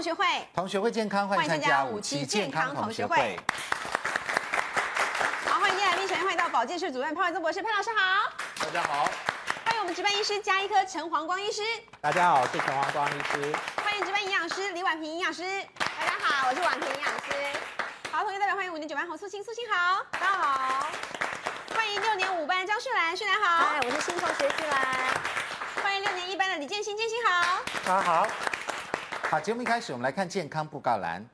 学会， 同学会健康，欢迎参加57健康同学会。 好，欢迎今天来宾，首先欢迎到保健室主任潘伟宗博士，潘老师好。 大家好。 欢迎我们值班医师加医科陈黄光医师。 大家好，我是陈黄光医师。 欢迎值班营养师李婉萍营养师。大家好，我是婉萍营养师。好，同学代表欢迎5.9班洪素清，素清好。大家好。欢迎6年5班张旭兰，旭兰好。 嗨，我是新同学旭兰。 欢迎6年1班的李建新，建新好。 大家好。好，节目一开始，我们来看健康布告栏。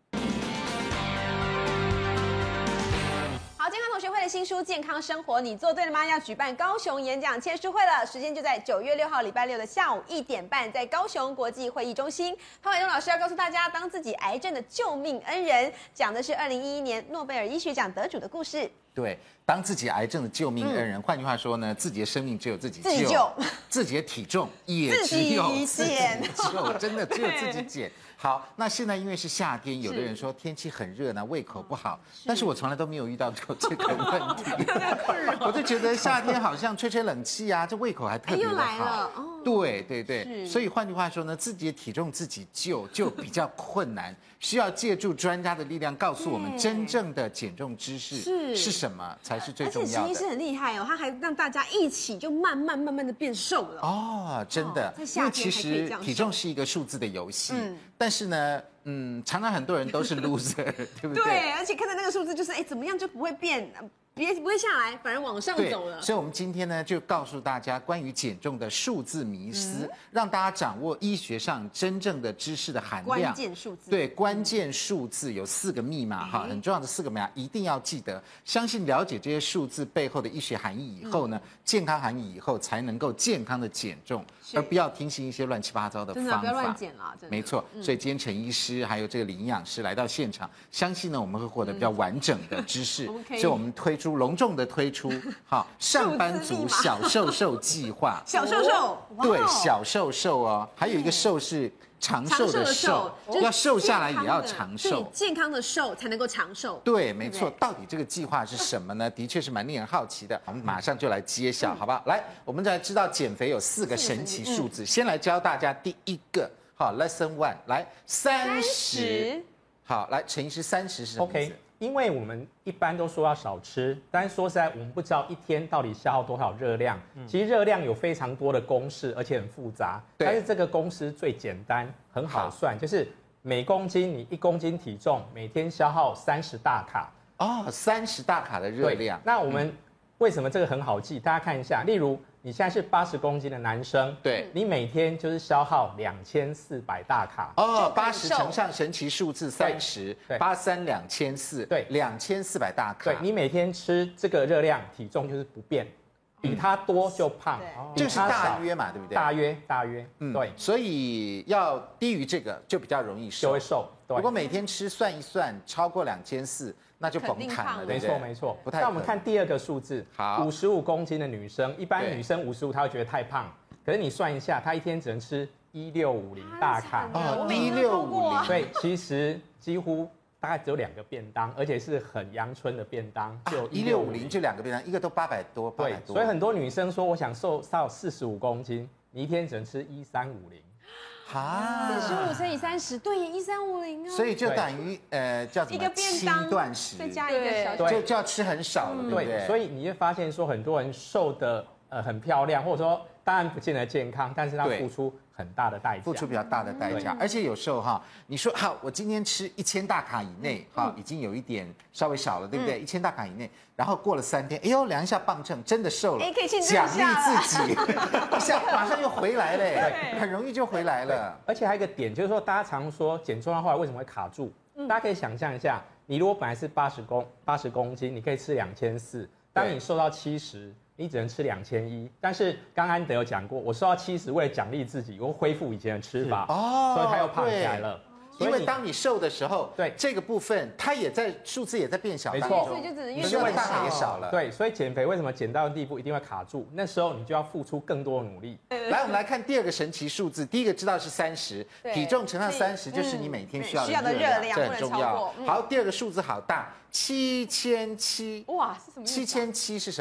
好，健康同学会的新书《健康生活你做对了吗》要举办高雄演讲签书会了，时间就在9月6号礼拜六的下午1点半，在高雄国际会议中心。潘伟宗老师要告诉大家，当自己癌症的救命恩人，讲的是2011年诺贝尔医学奖得主的故事。 对，当自己癌症的救命恩人，换句话说呢，自己的生命只有自己救， 自己的体重也只有自己救，真的只有自己减。好，那现在因为是夏天，有的人说天气很热呢，胃口不好，但是我从来都没有遇到过这个问题。我就觉得夏天好像吹吹冷气啊，这胃口还特别的好。 又来了， 对对对，所以换句话说呢，自己的体重自己救就比较困难，需要借助专家的力量告诉我们真正的减重知识是什么才是最重要的。 而且陈医师很厉害哦，他还让大家一起就慢慢的变瘦了。 哦，真的，因为其实体重是一个数字的游戏，但是呢，常常很多人都是 loser， 对不对？ 对，而且看到那个数字就是，怎么样就不会变。不会下来，反而往上走了。 所以，我们今天呢，就告诉大家关于减重的数字迷思，让大家掌握医学上真正的知识的含量。 关键数字。 对，关键数字有4个密码哈，很重要的4个密码一定要记得。相信了解这些数字背后的医学含义以后呢，健康含义以后，才能够健康的减重，而不要听信一些乱七八糟的方法。 真的不要乱减了，真的。 没错，所以今天陈医师还有这个李营养师来到现场，相信呢我们会获得比较完整的知识，所以我们隆重的推出好上班族小瘦瘦计划。 小瘦瘦， 对，小瘦瘦哦，还有一个瘦是长寿的寿，要瘦下来也要长寿， 健康的瘦才能够长寿。 对，没错。到底这个计划是什么呢？的确是蛮令人好奇的。我们马上就来揭晓，好不好？来，我们来知道减肥有4个神奇数字。先来教大家第1个，好 ，Lesson 1，来30。好，来，陈医师，30是什么意思？ 因为我们一般都说要少吃，但是说实在，我们不知道一天到底消耗多少热量。其实热量有非常多的公式，而且很复杂。但是这个公式最简单，很好算，就是每公斤你1公斤体重，每天消耗30大卡。 哦，30大卡的热量。 那我们为什么这个很好记？大家看一下，例如你现在是80公斤的男生， 对， 你每天就是消耗2400大卡。 哦，80乘上神奇数字30，8324， 对 ，2400大卡。 对，你每天吃这个热量，体重就是不变，比它多就胖， 这是大约嘛，对不对？ 大约，对。 所以要低于这个就比较容易瘦， 就会瘦。 如果每天吃算一算超过2400，那就甭谈了，对不对？ 没错。 不太。 那我们看第2个数字， 好 ，55公斤的女生，一般女生55她会觉得太胖，可是你算一下，她一天只能吃1650大卡。 哦，1650。 对，其实几乎大概只有2个便当，而且是很阳春的便当，就 1650就2个便当，一个都800多，800多。 对，所以很多女生说我想瘦到45公斤，你一天只能吃1350。 啊 ，45乘以30，对，1350啊。 所以就等于叫什么？ 一个便当断食， 再加一个小就要吃很少了，对不对？ 所以你就发现说，很多人瘦的很漂亮，或者说当然不见得健康，但是他付出很大的代价， 付出比较大的代价。而且有时候哈，你说好，我今天吃1000大卡以内，哈，已经有一点稍微少了，对不对？1000大卡以内，然后过了3天，哎呦，量一下磅秤，真的瘦了， 可以庆祝奖励自己，马上又回来了，很容易就回来了。 而且还有一个点就是说，大家常说减重的话为什么会卡住？大家可以想象一下，你如果本来是80公斤，你可以吃2400，当你瘦到70。你只能吃2100，但是刚安德有讲过，我瘦到70，为了奖励自己，我恢复以前的吃法，所以他又胖起来了。 因为当你瘦的时候， 对这个部分，它也在数字也在变小， 没错， 所以就只能越吃的大卡也少了。 对，所以减肥为什么减到的地步一定会卡住？那时候你就要付出更多的努力。 来，我们来看第2个神奇数字。第1个知道是30，体重乘上30就是你每天需要的热量，这很重要。好，第2个数字好大，7700。 哇，是什么意思 ？7700是什么？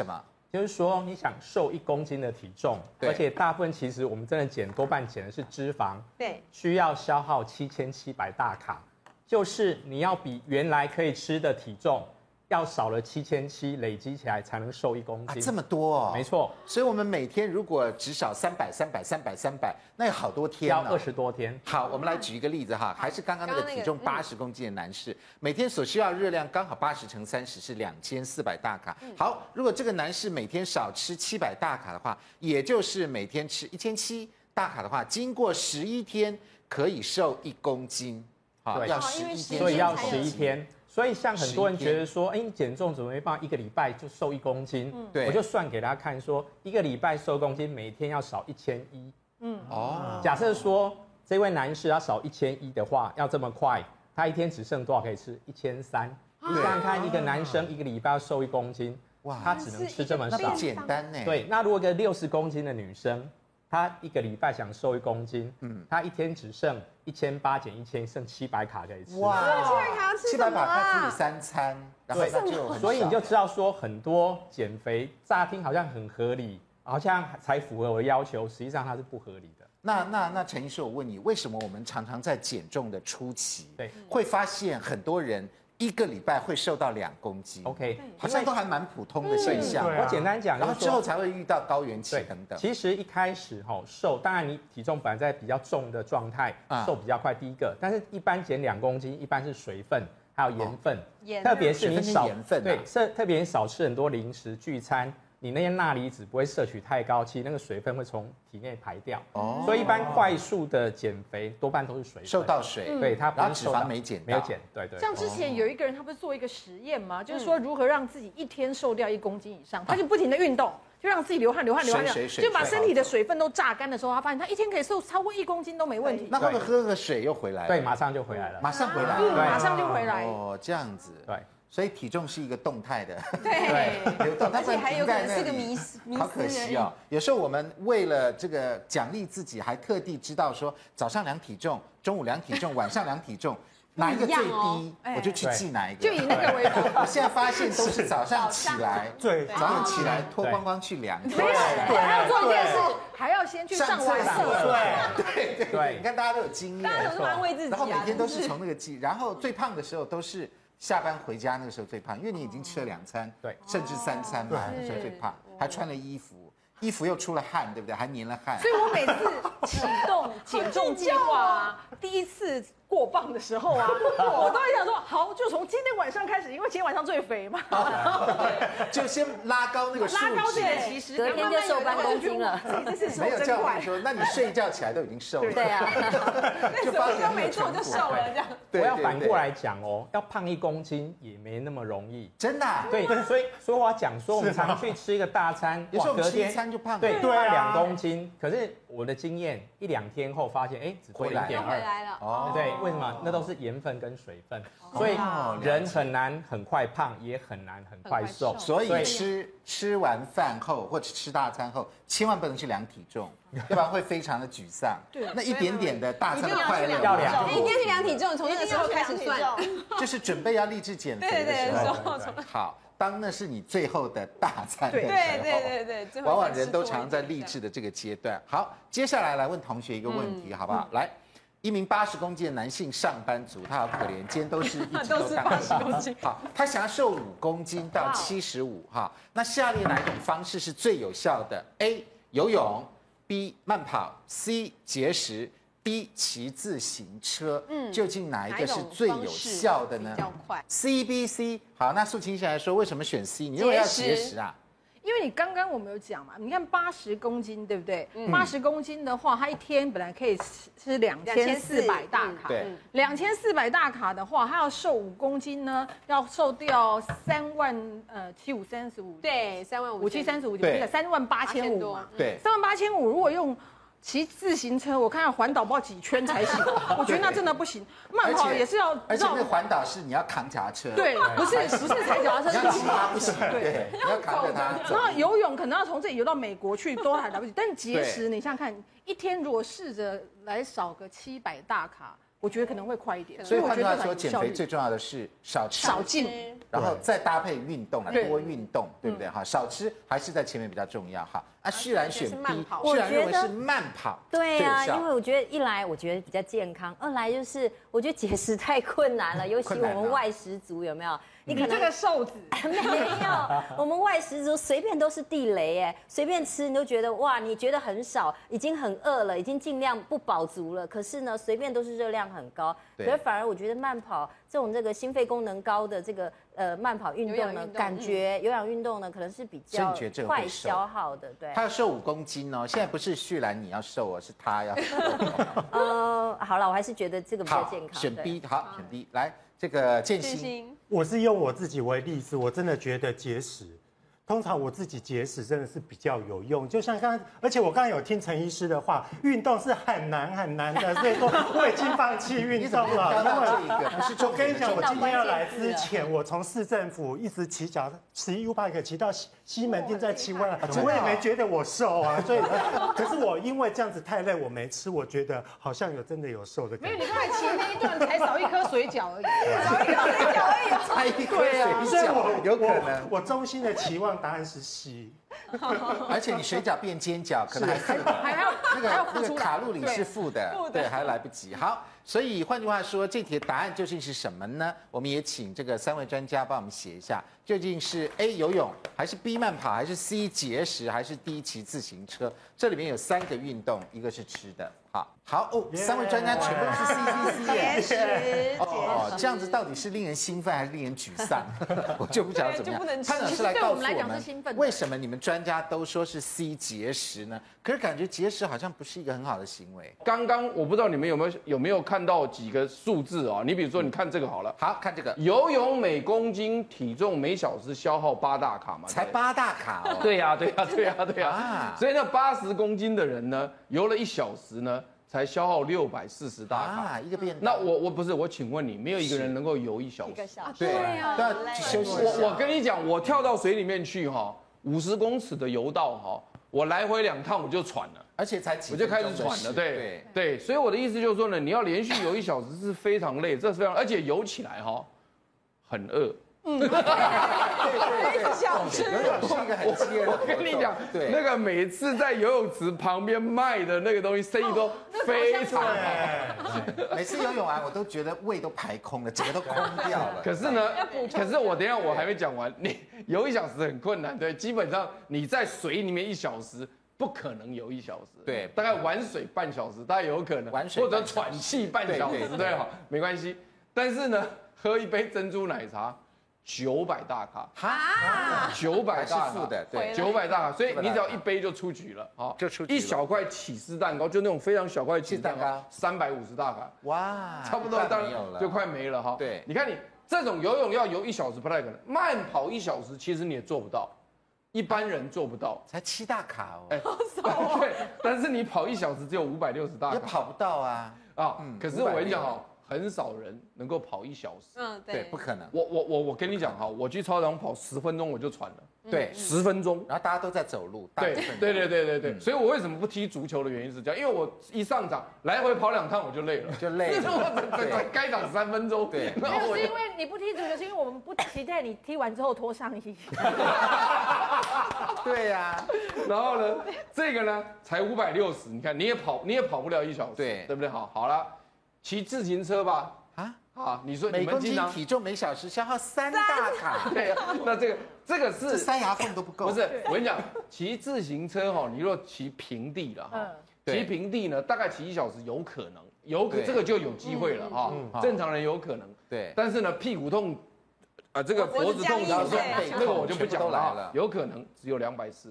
就是说你想瘦1公斤的体重， 对而且大部分其实我们真的多半减的是脂肪， 对， 需要消耗7700大卡，就是你要比原来可以吃的体重要少了7700，累积起来才能瘦1公斤。 这么多哦， 没错， 所以我们每天如果只少300，那有好多天要呢。 20多天。 好，我们来举一个例子哈，还是刚刚那个体重80公斤的男士，每天所需要热量刚好80乘30是2400大卡。好，如果这个男士每天少吃700大卡的话，也就是每天吃1700大卡的话，经过11天可以瘦1公斤。好， 对要11天， 所以要11天。所以像很多人 11天觉得说，哎，你减重怎么没办法1个礼拜就瘦1公斤？ 对我就算给大家看说，1个礼拜瘦1公斤，每天要少1100。 哦， 假设说这位男士要少1100的话，要这么快，他一天只剩多少可以吃？1300。你想想看，一个男生1个礼拜要瘦1公斤， 哇他只能吃这么少那不。简单呢。 对，那如果一个60公斤的女生，她1个礼拜想瘦1公斤，她一天只剩1800减1000，剩700卡可以吃。 哇， 700卡要吃什 700 么啊卡除以3餐，然后那就很少所以你就知道说，很多减肥乍听好像很合理，好像才符合我的要求，实际上它是不合理的。 那陈医师，我问你，为什么我们常常在减重的初期， 对， 会发现很多人1个礼拜会瘦到2公斤 OK， 好像都还蛮普通的现象。 我简单讲， 然后之后才会遇到高原期对等等。 其实一开始瘦，当然你体重本来在比较重的状态，瘦比较快，第一个。但是一般减2公斤，一般是水分还有盐分，特别是你少盐分， 对，特别你少吃很多零食聚餐。你那些钠离子不会摄取太高，其实那个水分会从体内排掉。哦，所以一般快速的减肥多半都是水分， 瘦到水， 对，它然后脂肪没减， 没有减，对。 像之前有一个人，他不是做一个实验吗？就是说如何让自己一天瘦掉1公斤以上，他就不停的运动，就让自己流汗，就把身体的水分都榨干的时候，他发现他一天可以瘦超过1公斤都没问题。 那会不会喝个水又回来了？ 对，马上就回来了， 马上回来， 马上就回来。 哦，这样子， 对。 所以体重是一个动态的， 对， 流动， 而且还有可能是个迷思， 好可惜哦。有时候我们为了这个奖励自己，还特地知道说早上量体重，中午量体重，晚上量体重，哪一个最低，我就去记哪一个。 就以那个为主。 我现在发现都是早上起来， 对， 早上起来脱光光去量， 没有，还要做一件事，还要先去上完厕。 对，你看大家都有经验， 大家都安慰自己， 然后每天都是从那个记，然后最胖的时候都是。下班回家那个时候最胖，因为你已经吃了2餐， 对， 甚至3餐嘛，那时候最胖，还穿了衣服，衣服又出了汗，对不对？还粘了汗。 所以我每次启动减重计划，第一次过磅的时候啊，我都会想说，好，就从今天晚上开始，因为今天晚上最肥嘛， 就先拉高那个数值， 拉高这个其实隔天就瘦半公斤了。 没有这样跟你说，那你睡一觉起来都已经瘦了。 对啊， 就发现没做就瘦了这样。 我要反过来讲哦，要胖1公斤也没那么容易。 真的？ 对，所以我要讲说，我们常去吃一个大餐， 有时候隔天吃1餐就胖， 对，2公斤。可是我的经验1-2天后发现，哎，只多0.2， 回来了。 哦，对，为什么？那都是盐分跟水分，所以人很难很快胖，也很难很快瘦。 所以吃完饭后或者吃大餐后，千万不能去量体重，要不然会非常的沮丧。对，那一点点的大餐的快乐要量， 一定要去量体重，从那个时候开始算， 就是准备要立志减肥的时候。好，当那是你最后的大餐的时候， 对， 往往人都常常在励志的这个阶段。好，接下来来问同学一个问题，好不好？来。1名80公斤的男性上班族，他好可怜，今天都是1直都80公斤。好，他想要瘦5公斤到75哈。那下列哪一种方式是最有效的 ？A. 游泳 ，B. 慢跑 ，C. 节食 ，D. 骑自行车。究竟哪一个是最有效的呢？ 比较快。 C、B、C。好，那素清医生来说，为什么选 C？你认为要节食啊？ 因为你刚刚我们有讲嘛，你看80公斤，对不对？80公斤的话，他一天本来可以吃2400大卡， 对 ，2400大卡的话，他要瘦5公斤呢，要瘦掉37535， 对 ，5735，对，38500嘛， 对 ，38500，如果用骑自行车，我看要环岛不知道几圈才行，我觉得那真的不行。慢跑也是要绕， 而且那环岛是你要扛脚踏车， 对，不是踩脚踏车， 你要骑它不行，对，你要扛着它。 然后游泳可能要从这里游到美国去，都还来不及。但节食，你想想看，一天如果试着来少个700大卡， 我觉得可能会快一点。 所以换句话说， 我觉得减肥最重要的是少吃少进， 然后再搭配运动啊， 对多运动，对不对？哈，少吃还是在前面比较重要哈。啊，旭然选 B， 我旭然认为是慢跑， 对啊， 最有效因为我觉得一来我觉得比较健康，二来就是我觉得节食太困难了，尤其我们外食族有没有？ 你这个瘦子没有，我们外食族随便都是地雷哎，随便吃你都觉得哇，你觉得很少，已经很饿了，已经尽量不饱足了。可是呢，随便都是热量很高，可是反而我觉得慢跑这种这个心肺功能高的这个慢跑运动呢，感觉有氧运动呢可能是比较快消耗的。对， 他要瘦5公斤哦，现在不是旭然你要瘦哦，是他要瘦。 好了，我还是觉得这个比较健康。 选 B， 好，选 B， 来这个建新。 我是用我自己为例子，我真的觉得节食，通常我自己节食真的是比较有用。就像刚刚，而且我刚刚有听陈医师的话，运动是很难很难的，所以说我已经放弃运动了。因为我跟你讲，我今天要来之前，我从市政府一直骑U-Bike 骑到西门町再骑回来，我也没觉得我瘦啊。所以，可是我因为这样子太累，我没吃，我觉得好像真的有瘦的感觉。 没有，你刚才骑那一段才少一颗水饺而已， 少一颗水饺而已。 才一颗水饺，有可能。 我衷心的期望答案是 C， 而且你水饺变煎饺，可能还要那个卡路里是负的，对，还来不及。好，所以换句话说，这题的答案究竟是什么呢？我们也请这个3位专家帮我们写一下，究竟是 A 游泳，还是 B 慢跑，还是 C 节食，还是 D 骑自行车？这里面有3个运动，一个是吃的。好哦，3位专家全部都是 C 节食哦，这样子到底是令人兴奋还是令人沮丧？我就不晓得怎么样。潘老师来告诉我们，为什么你们专家都说是 C 节食呢？可是感觉节食好像不是一个很好的行为。 刚刚我不知道你们有没有看到几个数字啊？你比如说，你看这个好了， 好看这个， 游泳每公斤体重每小时消耗8大卡嘛？ 才8大卡哦。 对呀。所以那80公斤的人呢，游了1小时呢，才消耗640大卡一个便当。 那我请问你，没有一个人能够游1小时？ 对啊，休息。 我跟你讲，我跳到水里面去50公尺的游道我来回2趟我就喘了， 而且才我就开始喘了。对，所以我的意思就是说呢，你要连续游1小时是非常累，这是非常，而且游起来很饿。 对， 想吃。 游泳是一个很激烈的。 我跟你讲，那个每次在游泳池旁边卖的那个东西，生意都非常好。 每次游泳完，我都觉得胃都排空了，整个都空掉了。 可是呢，我等一下我还没讲完，你游1小时很困难，对，基本上你在水里面1小时。不可能游1小时， 对， 大概玩水半小时，大概有可能，或者喘气半小时，对，好，没关系。但是呢，喝一杯珍珠奶茶，900大卡， 哈 ，900大卡是负的，对 ，900大卡，所以你只要1杯就出局了，好， 就出局了。 1小块起司蛋糕，就那种非常小块起司蛋糕，350大卡， 哇， 差不多当然就快没了哈。 对， 你看你这种游泳要游1小时不太可能，慢跑1小时其实你也做不到。一般人做不到， 才7大卡哦， 好少对，但是你跑1小时只有560大卡， 也跑不到啊。 可是我跟你讲很少人能够跑1小时。 对，不可能。 我跟你讲我去操场跑10分钟我就喘了。 对 ，10分钟， 然后大家都在走路。 对，所以我为什么不踢足球的原因是这样，因为我一上场来回跑2趟我就累了，我该打3分钟。 对，没有是因为你不踢足球，是因为我们不期待你踢完之后脱上衣。 对呀， 然后呢，这个呢才560，你看你也跑不了1小时，对不对？好了，骑自行车吧。你说每公斤体重每小时消耗3大卡， 对啊，那这个是 3牙缝都不够。 不是，我跟你讲，骑自行车你若骑平地了骑平地呢，大概骑1小时有可能，这个就有机会了正常人有可能，对，但是呢屁股痛这个脖子痛，那个我就不讲了，有可能只有240。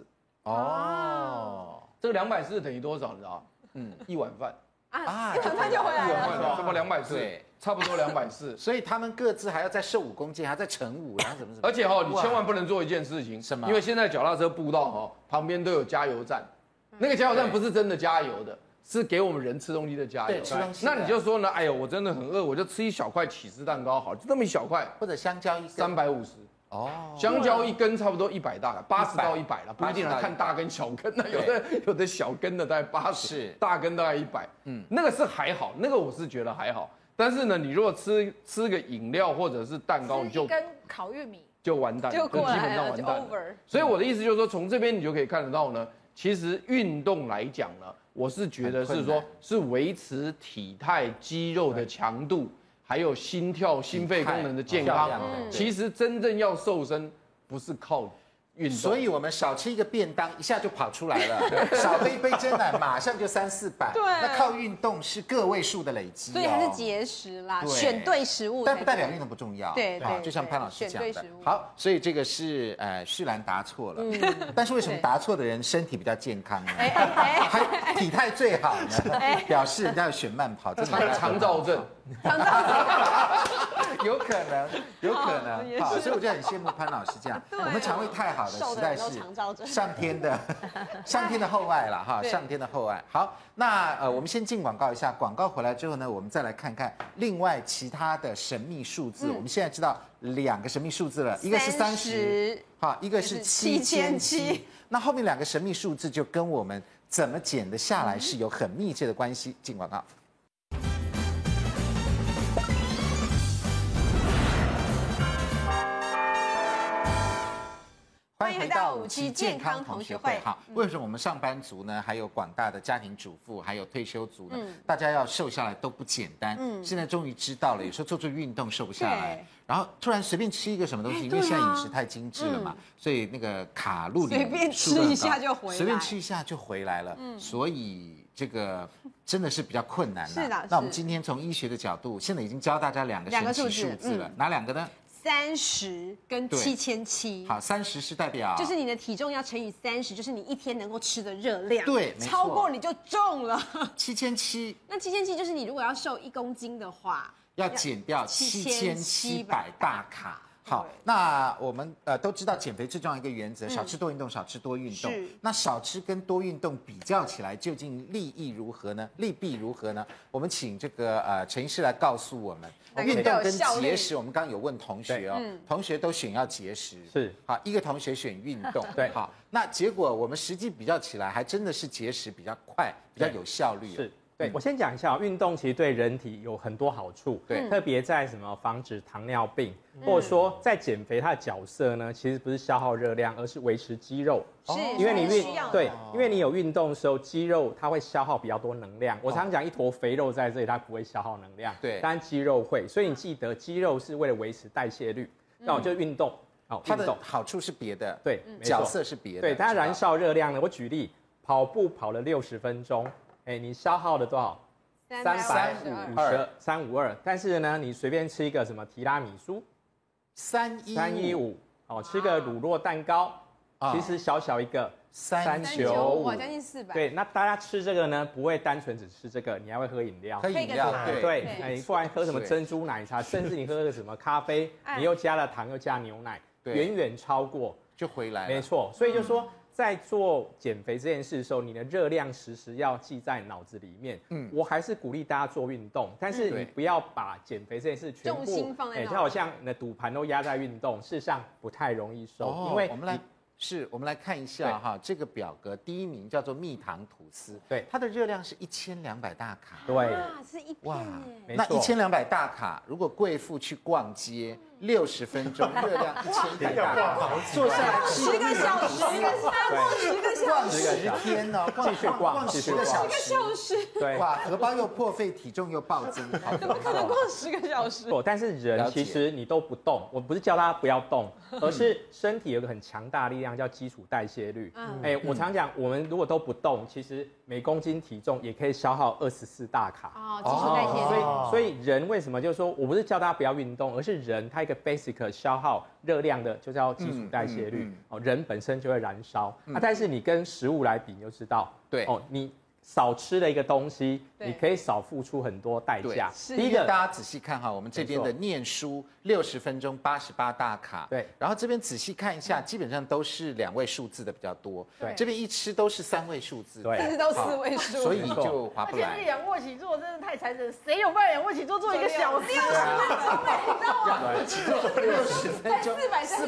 这个240等于多少？你知道？1碗饭。 1碗饭就回来了， 什么240？对，差不多240。 所以他们各自还要再瘦5公斤，还要再乘5，然后怎么？ 而且你千万不能做一件事情，什么？因为现在脚踏车步道旁边都有加油站，那个加油站不是真的加油的，是给我们人吃东西的加油。 对，吃东西。 那你就说呢？哎呦，我真的很饿，我就吃1小块起司蛋糕好，就这么1小块， 或者香蕉1个 350。 香蕉一根差不多100大，80到100了，不一定要看大根小根的，有的小根的大概80，大根大概100，那个是还好，那个我是觉得还好。但是呢，你如果吃个饮料或者是蛋糕，你就一根烤玉米就完蛋， 就基本上完蛋了。所以我的意思就是说，从这边你就可以看得到呢，其实运动来讲呢，我是觉得是说，是维持体态、肌肉的强度，还有心跳、心肺功能的健康。其实真正要瘦身，不是靠运动。 所以我们少吃一个便当，一下就跑出来了；少喝一杯珍奶，马上就300-400。对，那靠运动是个位数的累积。 所以还是节食啦，选对食物。 但不代表运动不重要。 对， 就像潘老师讲的。好，所以这个是旭兰答错了。但是为什么答错的人身体比较健康呢？还体态最好呢？表示人家要选慢跑，真的肠燥症。 有可能。好，所以我就很羡慕潘老师这样。我们肠胃太好了，实在是上天的厚爱了哈，上天的厚爱。好，那我们先进广告一下，广告回来之后呢，我们再来看看另外其他的神秘数字。我们现在知道2个神秘数字了，一个是30，好，一个是7700。那后面2个神秘数字就跟我们怎么减得下来是有很密切的关系。进广告。欢迎回到5期健康同学会。好，为什么我们上班族呢，还有广大的家庭主妇，还有退休族呢，大家要瘦下来都不简单。现在终于知道了，有时候做运动瘦不下来，然后突然随便吃一个什么东西，因为现在饮食太精致了嘛，所以那个卡路里随便吃一下就回来， 随便吃一下就回来了。所以这个真的是比较困难。 是的。 那我们今天从医学的角度，现在已经教大家2个神奇数字了，哪2个呢 ？30跟7700。 好，30是代表就是你的体重要乘以30，就是你一天能够吃的热量。 对， 超过你就重了。 7700， 那7700就是你如果要瘦1公斤的话， 要减掉7700大卡。好，那我们都知道减肥最重要一个原则，少吃多运动，少吃多运动。那少吃跟多运动比较起来，究竟利弊如何呢？我们请这个陈医师来告诉我们。运动跟节食，我们刚刚有问同学哦，同学都选要节食， 是好，一个同学选运动， 对， 好，那结果我们实际比较起来，还真的是节食比较快，比较有效率。 是。对，我先讲一下，运动其实对人体有很多好处， 对， 特别在什么防止糖尿病，或者说在减肥，它的角色呢，其实不是消耗热量，而是维持肌肉，因为你因为你有运动的时候，肌肉它会消耗比较多能量。我常讲一坨肥肉在这里，它不会消耗能量， 对， 但肌肉会，所以你记得肌肉是为了维持代谢率，那我就运动， 好，它的好处是别的， 对， 角色是别的， 对，它燃烧热量呢，我举例，跑步跑了60分钟，你消耗了多少？352，但是呢，你随便吃一个什么提拉米苏，315，吃个乳酪蛋糕，其实小一个395， 将近400。 对，那大家吃这个呢，不会单纯只吃这个，你还会喝饮料，对，不然喝什么珍珠奶茶，甚至你喝个什么咖啡，你又加了糖又加牛奶，远远超过就回来了。 没错，所以就说。在做减肥这件事的时候，你的热量时要记在脑子里面。我还是鼓励大家做运动，但是你不要把减肥这件事全部重心放在就好像你的赌盘都压在运动，事实上不太容易瘦。因为我们来看一下哈，这个表格第1名叫做蜜糖吐司， 对， 它的热量是1200大卡， 对， 是一片那1200大卡，如果贵妇去逛街，60分钟热量1100大卡，坐下来 10个小时， 逛10天哦， 继续逛 10个小时， 对， 哇，荷包又破费，体重又暴增， 怎么可能逛10个小时？ 但是人其实你都不动，我不是叫大家不要动，而是身体有个很强大的力量叫基础代谢率。我常讲，我们如果都不动，其实每公斤体重也可以消耗24大卡。 基础代谢率。 所以人为什么就是说我不是叫大家不要运动，而是人他一个 basic 消耗热量的就叫基础代谢率。人本身就会燃烧。但是你跟食物来比，你就知道，你少吃了一个东西，你可以少付出很多代价。 第一个，大家仔细看哈，我们这边的念书60分钟88大卡， 对， 然后这边仔细看一下，基本上都是2位数字的比较多，对，这边一吃都是3位数字， 对，都4位数， 所以就划不来。 而且仰卧起坐真的太残忍，谁有办法仰卧起坐做1个小时？ 仰卧起坐 60分钟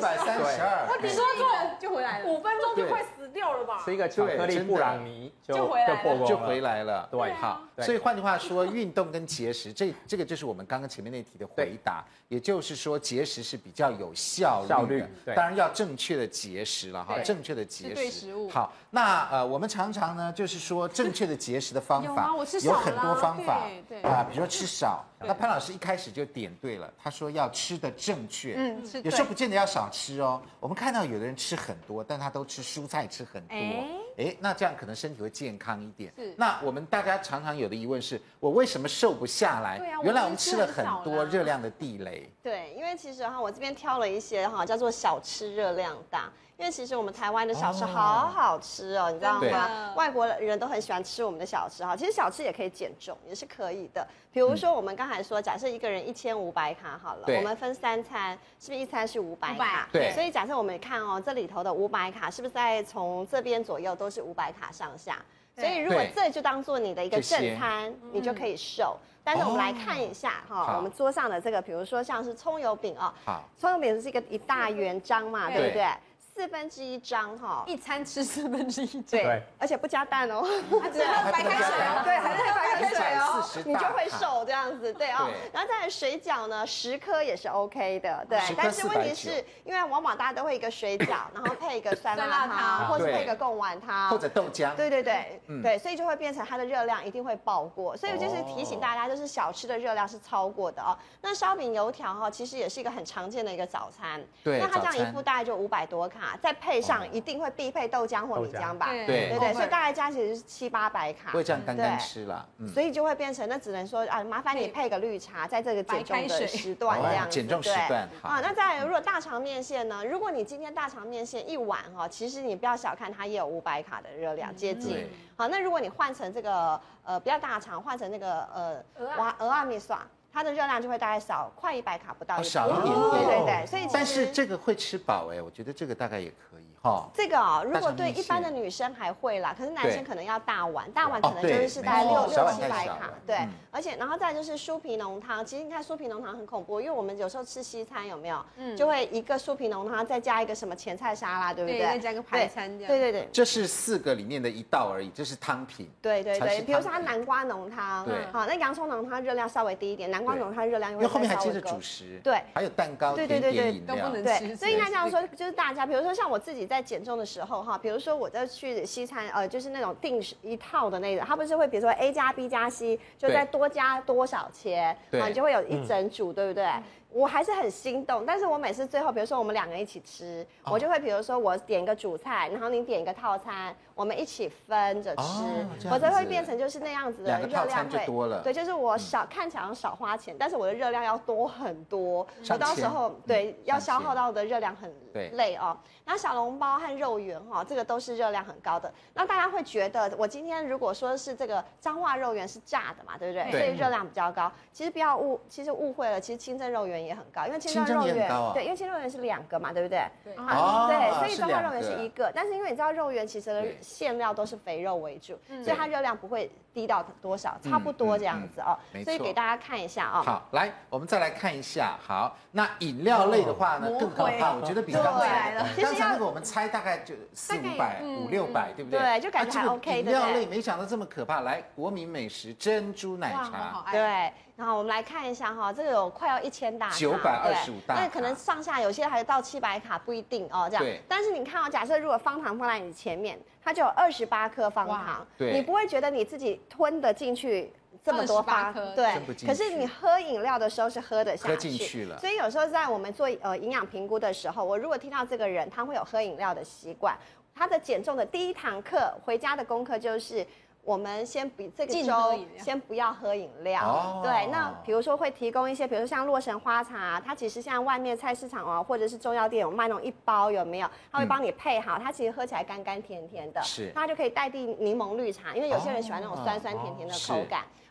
432， 你说就回来了 ，5分钟就快死掉了吧？ 吃一个巧克力布朗尼就回来了。 对， 好，所以换句话说，运动跟节食，这个就是我们刚刚前面那题的回答。也就是说，节食是比较有效率的，当然要正确的节食了哈，正确的节食。 对食物。 好，那我们常常呢，就是说正确的节食的方法有很多方法啊，比如说吃少。那潘老师一开始就点对了，他说要吃的正确，有时候不见得要少吃哦。我们看到有的人吃很多，但他都吃蔬菜吃很多，那这样可能身体会健康一点。那我们大家常常有的疑问是，我为什么瘦不下来？原来我们吃了很多热量的地雷。 对，因为其实我这边挑了一些叫做小吃热量大。因为其实我们台湾的小吃好好吃哦，你知道吗？外国人都很喜欢吃我们的小吃哈。其实小吃也可以减重，也是可以的。比如说我们刚才说，假设一个人1500卡好了，我们分3餐，是不是一餐是500卡？ 对。 所以假设我们看这里头的500卡，是不是在从这边左右都是500卡上下？所以如果这就当做你的一个正餐，你就可以瘦。但是我们来看一下我们桌上的这个，比如说像是葱油饼好，葱油饼是一大圆张嘛，对不对？1/4张一餐吃1/4张， 对，而且不加蛋哦， 它只喝白开水哦， 对，还是喝白开水哦，你就会瘦这样子，对哦。然后再来水饺呢，10颗也是 OK 的，对。但是问题是因为往往大家都会一个水饺，然后配一个酸辣汤，或是配一个贡丸汤， 或者豆浆， 对，所以就会变成它的热量一定会爆过。所以就是提醒大家，就是小吃的热量是超过的哦。那烧饼油条其实也是一个很常见的一个早餐， 对， 那它这样一副大概就500多卡。再配上一定会必配豆浆或米浆吧， 对， 所以大概加起来是700-800卡， 不会这样干吃了， 所以就会变成那只能说麻烦你配个绿茶，在这个减重的时段这样子， 减重时段好。 那再来如果大肠面线呢？如果你今天大肠面线一碗其实你不要小看它也有500卡的热量，接近。好，那如果你换成这个不要大肠，换成那个蚵仔面线。它的热量就会大概少快100卡不到， 少一点点，对，所以但是这个会吃饱我觉得这个大概也可以哈。 这个如果对一般的女生还会啦，可是男生可能要大碗，大碗可能就是大概600-700卡，对。而且然后再就是酥皮浓汤，其实你看酥皮浓汤很恐怖，因为我们有时候吃西餐有没有，就会一个酥皮浓汤再加一个什么前菜沙拉，对不对？ 再加个排餐这样。 对。 这是4个里面的1道而已，这是汤品。 对，比如说它南瓜浓汤，好，那洋葱浓汤热量稍微低一点，南瓜浓汤热量因为后面还接着主食， 对， 还有蛋糕、甜点、饮料都不能吃。 所以应该这样说，就是大家，比如说像我自己在减重的时候比如说我在去西餐，就是那种订一套的那种，它不是会比如说 A 加 B 加 C， 就再多加多少钱，你就会有一整组，对不对？我还是很心动，但是我每次最后，比如说我们2个一起吃，我就会比如说我点一个主菜，然后你点一个套餐，我们一起分着吃，否则会变成就是那样子的热量会多了。 对，就是我看起来少花钱，但是我的热量要多很多，我到时候要消耗到的热量很累哦。然后小笼包和肉圆这个都是热量很高的。那大家会觉得我今天如果说是这个彰化肉圆是炸的嘛，对不对？所以热量比较高。其实不要误会了，其实清蒸肉圆也很高，因为清蒸肉圆对，因为清蒸肉圆是2个嘛，对不对？对，所以彰化肉圆是1个，但是因为你知道肉圆其实的馅料都是肥肉为主，所以它热量不会低到多少，差不多这样子所以给大家看一下好，来，我们再来看一下。好，那饮料类的话呢更可怕，我觉得比刚才那个我们猜大概就400-500、500-600，对不对？ 对，就感觉还 OK 的。 饮料类没想到这么可怕。来，国民美食珍珠奶茶， 对。然后我们来看一下这个有快要1000大卡 ，925大卡， 那可能上下有些还到700卡，不一定这样。但是你看假设如果方糖放在你前面，它就有28颗方糖，你不会觉得你自己吞得进去这么多方，对。可是你喝饮料的时候是喝得下去， 喝进去了。 所以有时候在我们做营养评估的时候，我如果听到这个人他会有喝饮料的习惯，他的减重的第1堂课回家的功课就是。我们先这个周先不要喝饮料，对。那比如说会提供一些，比如说像洛神花茶，它其实像外面菜市场或者是中药店有卖那种1包，有没有？它会帮你配好，它其实喝起来甘甘甜甜的，它就可以代替柠檬绿茶，因为有些人喜欢那种酸酸甜甜的口感。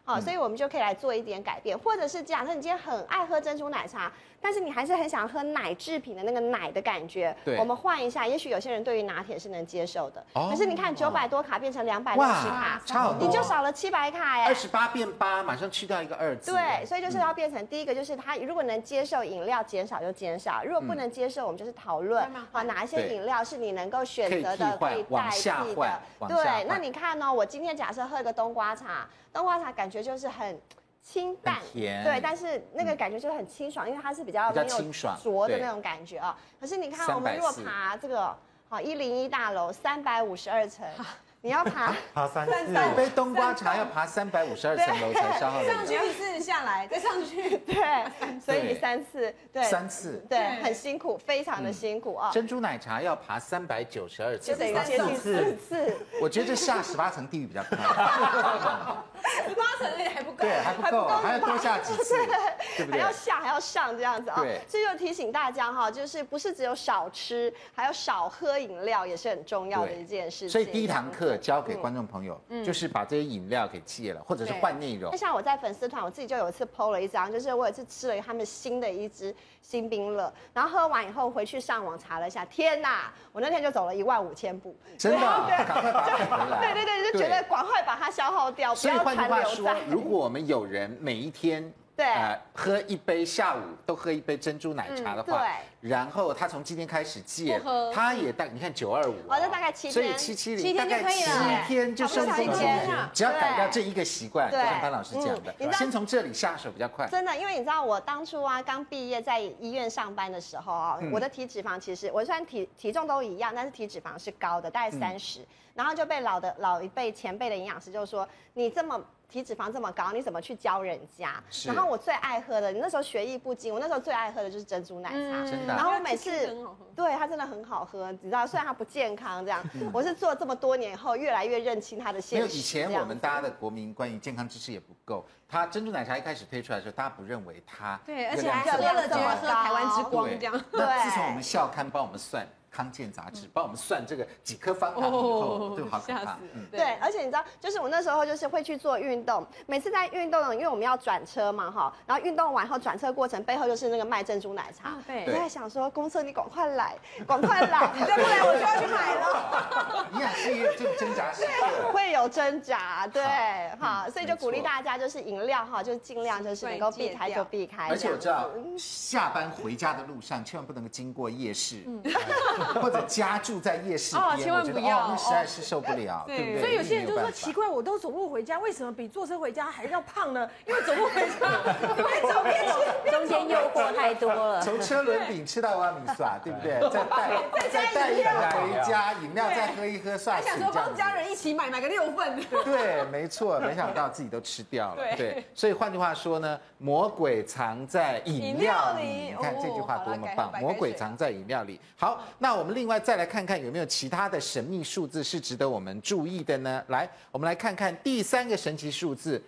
好，所以我们就可以来做一点改变，或者是假设你今天很爱喝珍珠奶茶，但是你还是很想喝奶制品的那个奶的感觉，我们换一下，也许有些人对于拿铁是能接受的，可是你看900多卡变成260卡， 差好多， 你就少了700卡耶 ，28变8，马上去掉一个2字。 对，所以就是要变成第一个就是他如果能接受饮料减少就减少，如果不能接受，我们就是讨论好哪一些饮料是你能够选择的，可以代替的。对，那你看呢？我今天假设喝一个冬瓜茶，冬瓜茶感觉就是很清淡，对，但是那个感觉就是很清爽，因为它是比较没有浊的那种感觉啊。可是你看，我们如果爬这个好101大楼352层。你要爬 3次， 一杯冬瓜茶要爬352层楼才消耗的。 上去1次下来，再上去， 对，所以你3次，对 ，3次， 对，很辛苦，非常的辛苦啊。 珍珠奶茶要爬392层， 就等于接近4次。 我觉得这下18层地狱比较快。 18层也还不够， 对，还不够，还要多下几次，对不对？ 还要下，还要上这样子啊。对，所以就提醒大家哈，就是不是只有少吃，还有少喝饮料，也是很重要的一件事情。 所以第一堂课教给观众朋友，就是把这些饮料给戒了，或者是换内容。 像我在粉丝团，我自己就有一次 PO 了一张，就是我有一次吃了他们新的一支新冰乐，然后喝完以后回去上网查了一下，天哪，我那天就走了15000步， 真的，赶快把它回来。 对，就觉得赶快把它消耗掉，不要残留在。 如果我们有人每一天喝一杯，下午都喝一杯珍珠奶茶的话，然后他从今天开始戒，他也你看925， 那大概7天， 所以770 大概 7天就剩1天，只要改掉这一个习惯，就像潘老师讲的，先从这里下手比较快。 真的，因为你知道我当初刚毕业在医院上班的时候啊，我的体脂肪其实我虽然体重都一样，但是体脂肪是高的，大概30，然后就被老一辈前辈的营养师就说你这么。体脂肪这么高，你怎么去教人家？然后我最爱喝的，你那时候学艺不精，我那时候最爱喝的就是珍珠奶茶。 真的。 然后我每次，对它真的很好喝，你知道，虽然它不健康这样，我是做了这么多年以后，越来越认清它的现实。 因为以前我们大家的国民关于健康知识也不够，它珍珠奶茶一开始推出来的时候，大家不认为它对，而且还喝了觉得喝台湾之光这样。 那自从我们校刊帮我们算。康健杂志帮我们算这个几颗方糖以后，对，好可怕。 对，而且你知道，就是我那时候就是会去做运动，每次在运动，因为我们要转车嘛哈，然后运动完后转车过程背后就是那个卖珍珠奶茶。对，我在想说，公车你赶快来，赶快来，你再不来我就要去买了。 营养师也有这种挣扎时刻， 会有挣扎，对，好，所以就鼓励大家就是饮料哈，就是尽量就是能够避开就避开。 而且我知道，下班回家的路上千万不能经过夜市。或者家住在夜市边， 千万不要， 那实在是受不了，对不对？ 所以有些人就说奇怪，我都走路回家，为什么比坐车回家还要胖呢？因为走路回家，你会走边吃， 中间诱惑太多了。 从车轮饼吃到瓦米耍，对不对？再带一个回家，饮料再喝一喝，算是想说帮家人一起买个6份。 对，没错，没想到自己都吃掉了。对，所以换句话说呢，魔鬼藏在饮料里。你看这句话多么棒，魔鬼藏在饮料里。好，那我们另外再来看看有没有其他的神秘数字是值得我们注意的呢？来，我们来看看第3个神奇数字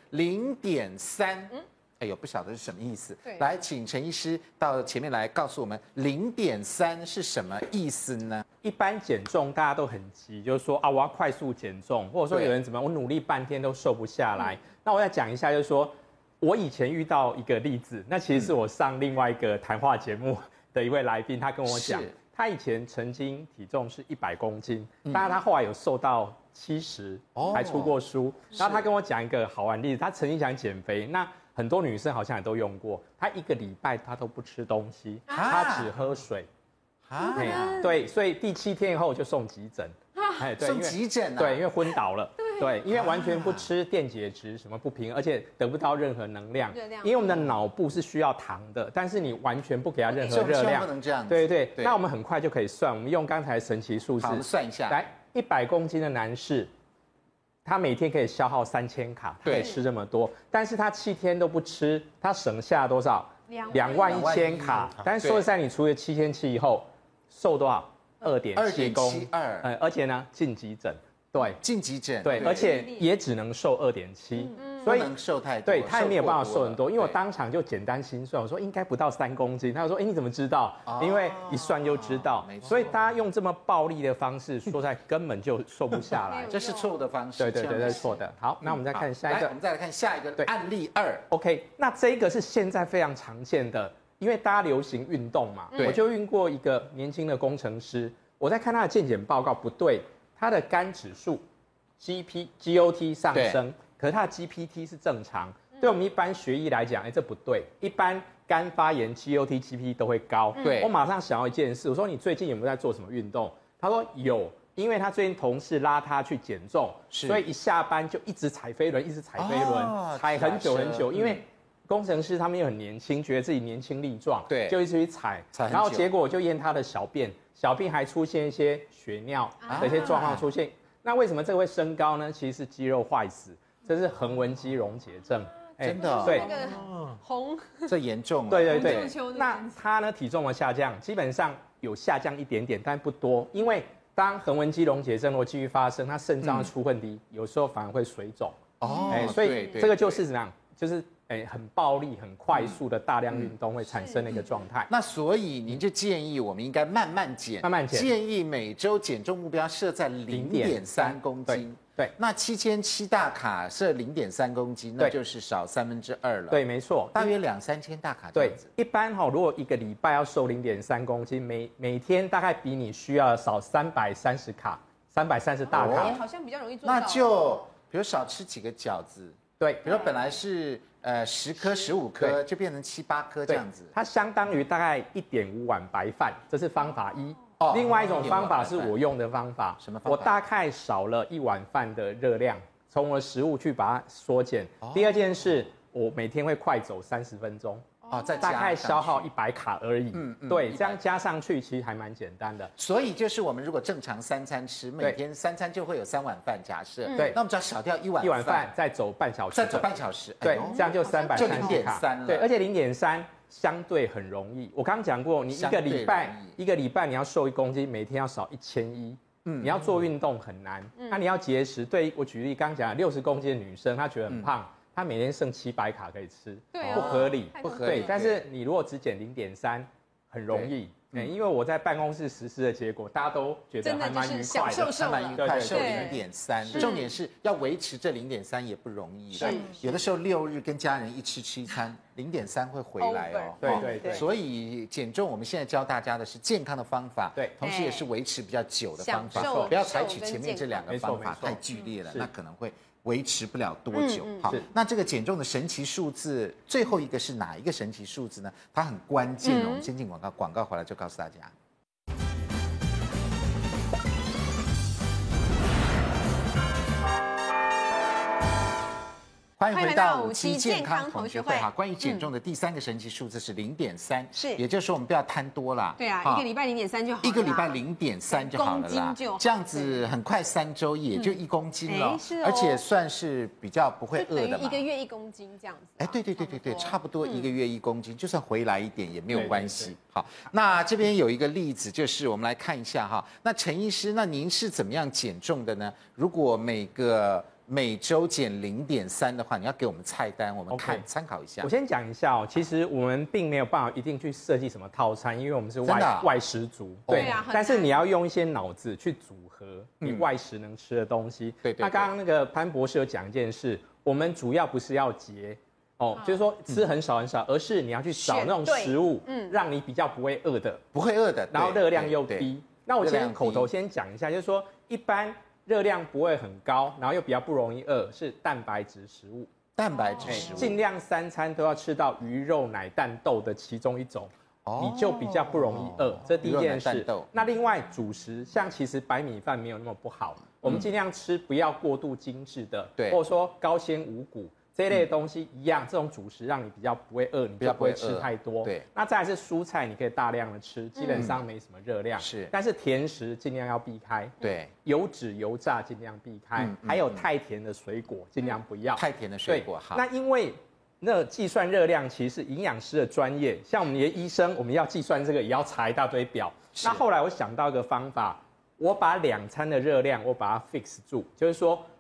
0.3。哎呦，不晓得是什么意思。来，请陈医师到前面来告诉我们0.3是什么意思呢？ 一般减重大家都很急，就是说我要快速减重，或者说有人怎么样，我努力半天都瘦不下来。那我再讲一下，就是说我以前遇到一个例子，那其实是我上另外一个谈话节目的一位来宾，他跟我讲。他以前曾经体重是100公斤，当然他后来有瘦到70，还出过书。然后他跟我讲一个好玩例子，他曾经想减肥，那很多女生好像也都用过。他1个礼拜他都不吃东西，他只喝水。对，所以第7天以后就送急诊。 送急诊啊？ 对，因为昏倒了。对，因为完全不吃电解质，什么不平，而且得不到任何能量。因为我们的脑部是需要糖的，但是你完全不给它任何热量， 不能这样子。 对，那我们很快就可以算，我们用刚才神奇数字， 好，算一下。 来，100公斤的男士，他每天可以消耗3000卡，可以吃这么多，但是他7天都不吃，他省下多少？21000卡。但是说实在，你除了7700以后，瘦多少？2.7公，而且呢，进急诊。对， 进急诊， 对，而且也只能瘦2.7， 所以不能瘦太多。 对，他也没有办法瘦很多，因为我当场就简单心算，我说应该不到3公斤，他就说，哎，你怎么知道？因为一算就知道。所以大家用这么暴力的方式，说在根本就瘦不下来， 这是错误的方式。 对，这是错的。好，那我们再看下一个， 我们再来看下一个案例2。 OK， 那这个是现在非常常见的。因为大家流行运动嘛，我就运过一个年轻的工程师，我在看他的健检报告，不对，他的肝指数 GOT 上升，可是他的 GPT 是正常。对我们一般学医来讲，这不对，一般肝发炎 GOT、GPT 都会高。对，我马上想到一件事，我说你最近有没有在做什么运动？他说有，因为他最近同事拉他去减重，所以一下班就一直踩飞轮，一直踩飞轮，踩很久很久，因为。工程师他们又很年轻，觉得自己年轻力壮，对，就一直去踩，然后结果就验他的小便还出现一些血尿的一些状况出现。那为什么这个会升高呢？其实是肌肉坏死，这是横纹肌溶解症。 真的， 对， 这严重了。 对。那他呢体重的下降，基本上有下降一点点，但不多，因为当横纹肌溶解症如果继续发生，他肾脏的出混低，有时候反而会水肿。所以这个就是怎么样？就是很暴力、很快速的大量运动会产生的一个状态。 那所以您就建议我们应该慢慢减，建议每周减重目标设在0.3公斤。对，那7700大卡设0.3公斤，那就是少2/3了。 对，没错， 大约2-3千大卡这样子。 一般如果一个礼拜要瘦0.3公斤，每天大概比你需要少330卡，330大卡。 好像比较容易做到。 那就比如少吃几个饺子。 对， 比如说本来是10颗、15颗，就变成7、8颗这样子。 它相当于大概1.5碗白饭，这是方法一。另外一种方法是我用的方法， 什么方法？ 我大概少了1碗饭的热量，从我的食物去把它缩减。第二件事，我每天会快走30分钟。 再大概消耗100卡而已。对，这样加上去其实还蛮简单的。 所以就是我们如果正常3餐吃，每天3餐就会有3碗饭，假设。对，那我们只要少掉1碗饭， 再走半小时。 再走半小时。 对，这样就330卡。 就0.3了。 对，而且0.3相对很容易。我刚刚讲过，你一个礼拜你要瘦1公斤，每天要少1100。你要做运动很难。那你要节食，对我举例，刚刚讲60公斤的女生，她觉得很胖。他每天剩700卡可以吃，不合理，对。但是你如果只减0.3，很容易。因为我在办公室实施的结果，大家都觉得还蛮愉快的， 还蛮愉快，瘦0.3。重点是要维持这0.3也不容易。有的时候6日跟家人一吃1餐，0.3会回来哦。对。所以减重，我们现在教大家的是健康的方法，对，同时也是维持比较久的方法，不要采取前面这2个方法太剧烈了，那可能会。维持不了多久。好，那这个减重的神奇数字，最后一个是哪一个神奇数字呢？它很关键哦。我们先进广告，广告回来就告诉大家。欢迎回到57健康同学会。好，关于减重的第3个神奇数字是0.3，是，也就是说我们不要贪多啦。 对啊，一个礼拜0.3就好了。 一个礼拜0.3就好了啦，这样子很快3周也就1公斤了，而且算是比较不会饿的嘛。 1个月1公斤这样子。 对，差不多1个月1公斤，就算回来一点也没有关系。好，那这边有一个例子，就是我们来看一下哈。那陈医师，那您是怎么样减重的呢？如果每周减0.3的话，你要给我们菜单，我们参考一下。 我先讲一下其实我们并没有办法一定去设计什么套餐，因为我们是外食族，对啊。但是你要用一些脑子去组合你外食能吃的东西。对。那刚刚那个潘博士有讲一件事，我们主要不是要节就是说吃很少很少，而是你要去找那种食物，让你比较不会饿的，然后热量又低。那我先口头先讲一下，就是说一般。热量不会很高，然后又比较不容易饿，是蛋白质食物。尽量3餐都要吃到鱼肉奶蛋豆的其中一种，你就比较不容易饿。这第一件事。那另外主食，像其实白米饭没有那么不好，我们尽量吃不要过度精致的，或者说高纤五谷。这一类的东西一样，这种主食让你比较不会饿，你比较不会吃太多。对，那再来是蔬菜，你可以大量的吃，基本上没什么热量。是，但是甜食尽量要避开。对，油脂油炸尽量避开，还有太甜的水果尽量不要。 太甜的水果好。 那因为那计算热量其实是营养师的专业，像我们的医生，我们要计算这个也要查一大堆表。那后来我想到一个方法，我把2餐的热量我把它 fix 住，就是说。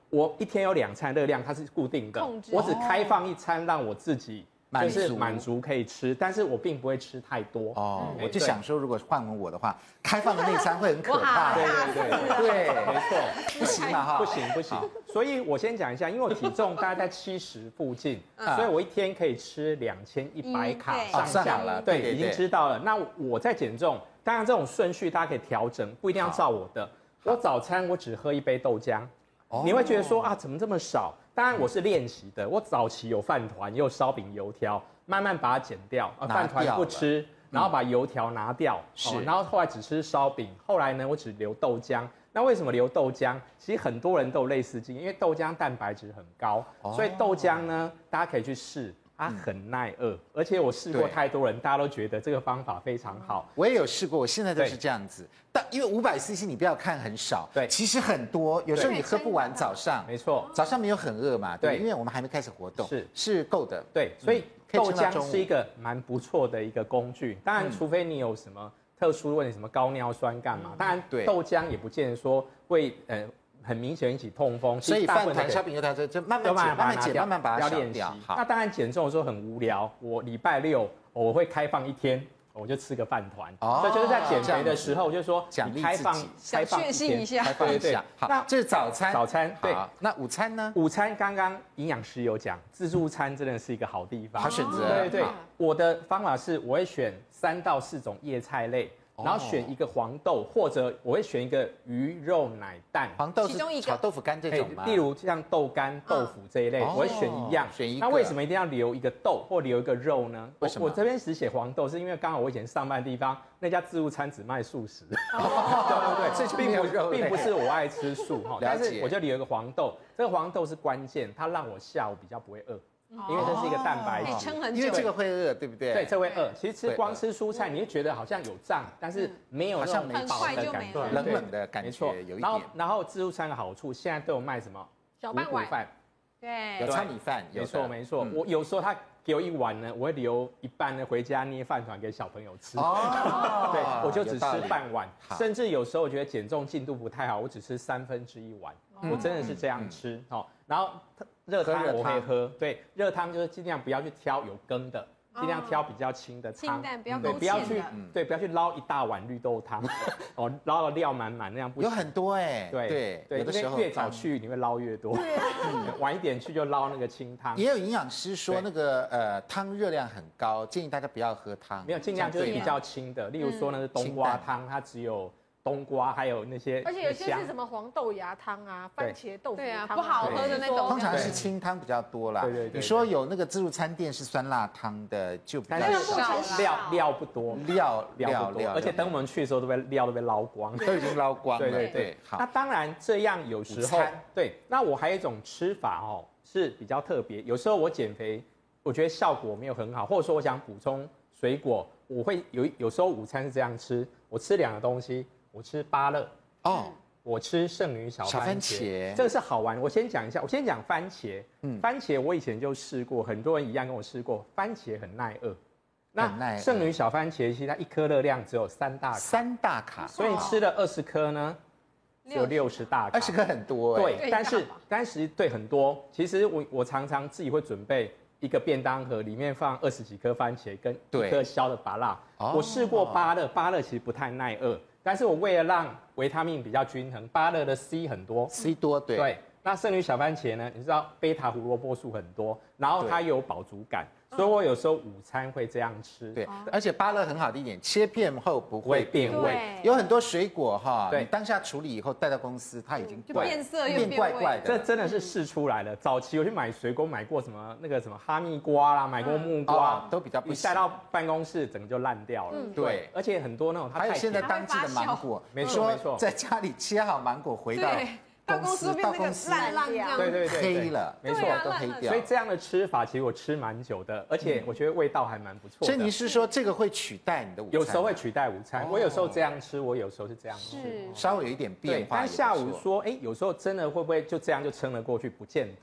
我一天有2餐热量，它是固定的，我只开放1餐让我自己就是满足可以吃，但是我并不会吃太多。 我就想说，如果换成我的话，开放的那餐会很可怕。对， 没错， 不行嘛哈， 不行。所以我先讲一下，因为我体重大概在70附近，所以我一天可以吃2100卡上下了。 对，已经知道了。那我在减重，当然这种顺序大家可以调整，不一定要照我的。我早餐我只喝1杯豆浆，你会觉得说啊，怎么这么少？当然我是练习的，我早期有饭团，也有烧饼、油条，慢慢把它减掉，饭团不吃，然后把油条拿掉，然后后来只吃烧饼，后来呢我只留豆浆。那为什么留豆浆？其实很多人都有类似经验，因为豆浆蛋白质很高，所以豆浆呢大家可以去试。它很耐饿，而且我试过太多人，大家都觉得这个方法非常好。 我也有试过，我现在都是这样子。但因为500cc 你不要看很少， 对， 其实很多，有时候你喝不完早上， 没错， 早上没有很饿嘛，对，因为我们还没开始活动，是够的， 对，所以豆浆是一个蛮不错的一个工具。当然，除非你有什么特殊问题，什么高尿酸干嘛，当然豆浆也不见得说会很明显引起痛风， 所以饭团、烧饼、油条就慢慢减，慢慢把它练习。 好， 那当然减重的时候很无聊，我礼拜6我会开放1天，我就吃个饭团。所以就是在减肥的时候，我就说你开放确幸一下， 开放一下。好，那这是早餐。 早餐对。 那午餐呢？ 午餐刚刚营养师有讲，自助餐真的是一个好地方， 好选择。 对，我的方法是我会选3到4种叶菜类。然后选一个黄豆，或者我会选一个鱼肉奶蛋。 黄豆是炒豆腐干这种吗？ 例如像豆干、豆腐这一类，我会选一样。 选一个。 那为什么一定要留一个豆或留一个肉呢？为什么？我这边只写黄豆，是因为刚好我以前上班的地方那家自助餐只卖素食。对，所以并不是我爱吃素哈，但是我就留一个黄豆。这个黄豆是关键，它让我下午比较不会饿。因为这是一个蛋白质， 撑很久， 因为这个会饿，对不对？ 对，这会饿。其实光吃蔬菜，你会觉得好像有胀，但是没有那种很饱的感觉， 冷冷的感觉， 没错， 有一点。 然后自助餐的好处，现在都有卖什么小半碗饭， 对， 有糙米饭， 没错。我有时候他给我1碗呢，我会留一半呢回家捏饭团给小朋友吃。对，我就只吃半碗，甚至有时候我觉得减重进度不太好，我只吃1/3碗，我真的是这样吃。然后热汤我会喝，对，热汤就是尽量不要去挑有羹的，尽量挑比较清的汤， 清淡不要不要去捞一大碗绿豆汤，捞的料满满那样不行。 有很多对，有的时候越早去你会捞越多，晚一点去就捞那个清汤。 也有营养师说那个汤热量很高，建议大家不要喝汤， 没有，尽量就是比较清的，例如说那个冬瓜汤，它只有冬瓜还有那些， 而且有些是什么黄豆芽汤啊、番茄豆腐汤， 不好喝的那种。 通常是清汤比较多啦。 对。 你说有那个自助餐店是酸辣汤的，就比较少，料不多， 料不多， 而且等我们去的时候料都被捞光， 都已经捞光了。 对。那当然这样有时候对。那我还有一种吃法是比较特别，有时候我减肥，我觉得效果没有很好，或者说我想补充水果，我会有时候午餐是这样吃，我吃2个东西。我吃芭乐我吃圣女小番茄，这个是好玩。我先讲一下，我先讲番茄。番茄我以前就试过，很多人一样跟我试过，番茄很耐饿。那圣女小番茄其实它1颗热量只有3大卡，所以你吃了20颗呢，只有60大卡。 20颗很多对，但是对很多。其实我常常自己会准备一个便当盒，里面放20几颗番茄跟1颗削的芭乐。我试过芭乐其实不太耐饿。但是我为了让维他命比较均衡，芭乐的 C 很多 ，C 多对。 那圣女小番茄呢？你知道贝塔胡萝卜素很多，然后它有饱足感，所以我有时候午餐会这样吃。 对，而且芭乐很好的一点，切片后不会变味。有很多水果你当下处理以后带到公司，它已经就变色又变怪怪的。 这真的是试出来了。早期我去买水果，买过什么哈密瓜啦，买过木瓜， 都比较不行。带到办公室整个就烂掉了。 对， 而且很多那种还有现在当季的芒果， 没错， 在家里切好芒果回到公司变那个烂这样， 对， 黑了， 没错， 都黑掉。 所以这样的吃法，其实我吃蛮久的，而且我觉得味道还蛮不错的。 所以你是说这个会取代你的午餐？ 有时候会取代午餐，我有时候这样吃，我有时候是这样吃， 稍微有一点变化。 但下午说，有时候真的会不会就这样就撑了过去？不见得。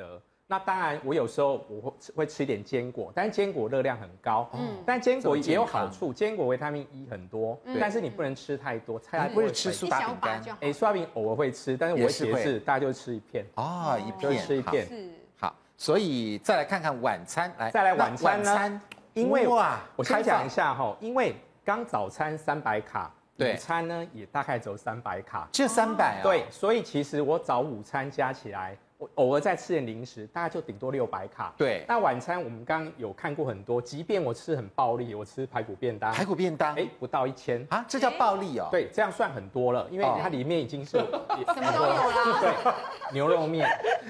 那当然，我有时候我会吃一点坚果，但是坚果热量很高，但坚果也有好处，坚果维他命 E 很多，但是你不能吃太多，菜不是吃苏打饼干， 苏打饼偶尔会吃，但是我会节制，大家就吃一片哦，一片吃一片， 好，所以再来看看晚餐， 再来晚餐呢，因为我先讲一下哈，因为刚早餐300卡。午餐呢也大概只有300卡， 只有300啊。 对，所以其实我早午餐加起来，我偶尔再吃点零食，大概就顶多600卡。 对， 那晚餐我们刚刚有看过很多，即便我吃很暴力，我吃排骨便当，不到1000 啊，这叫暴力哦。 对，这样算很多了，因为它里面已经是什么都有啦。 对，牛肉面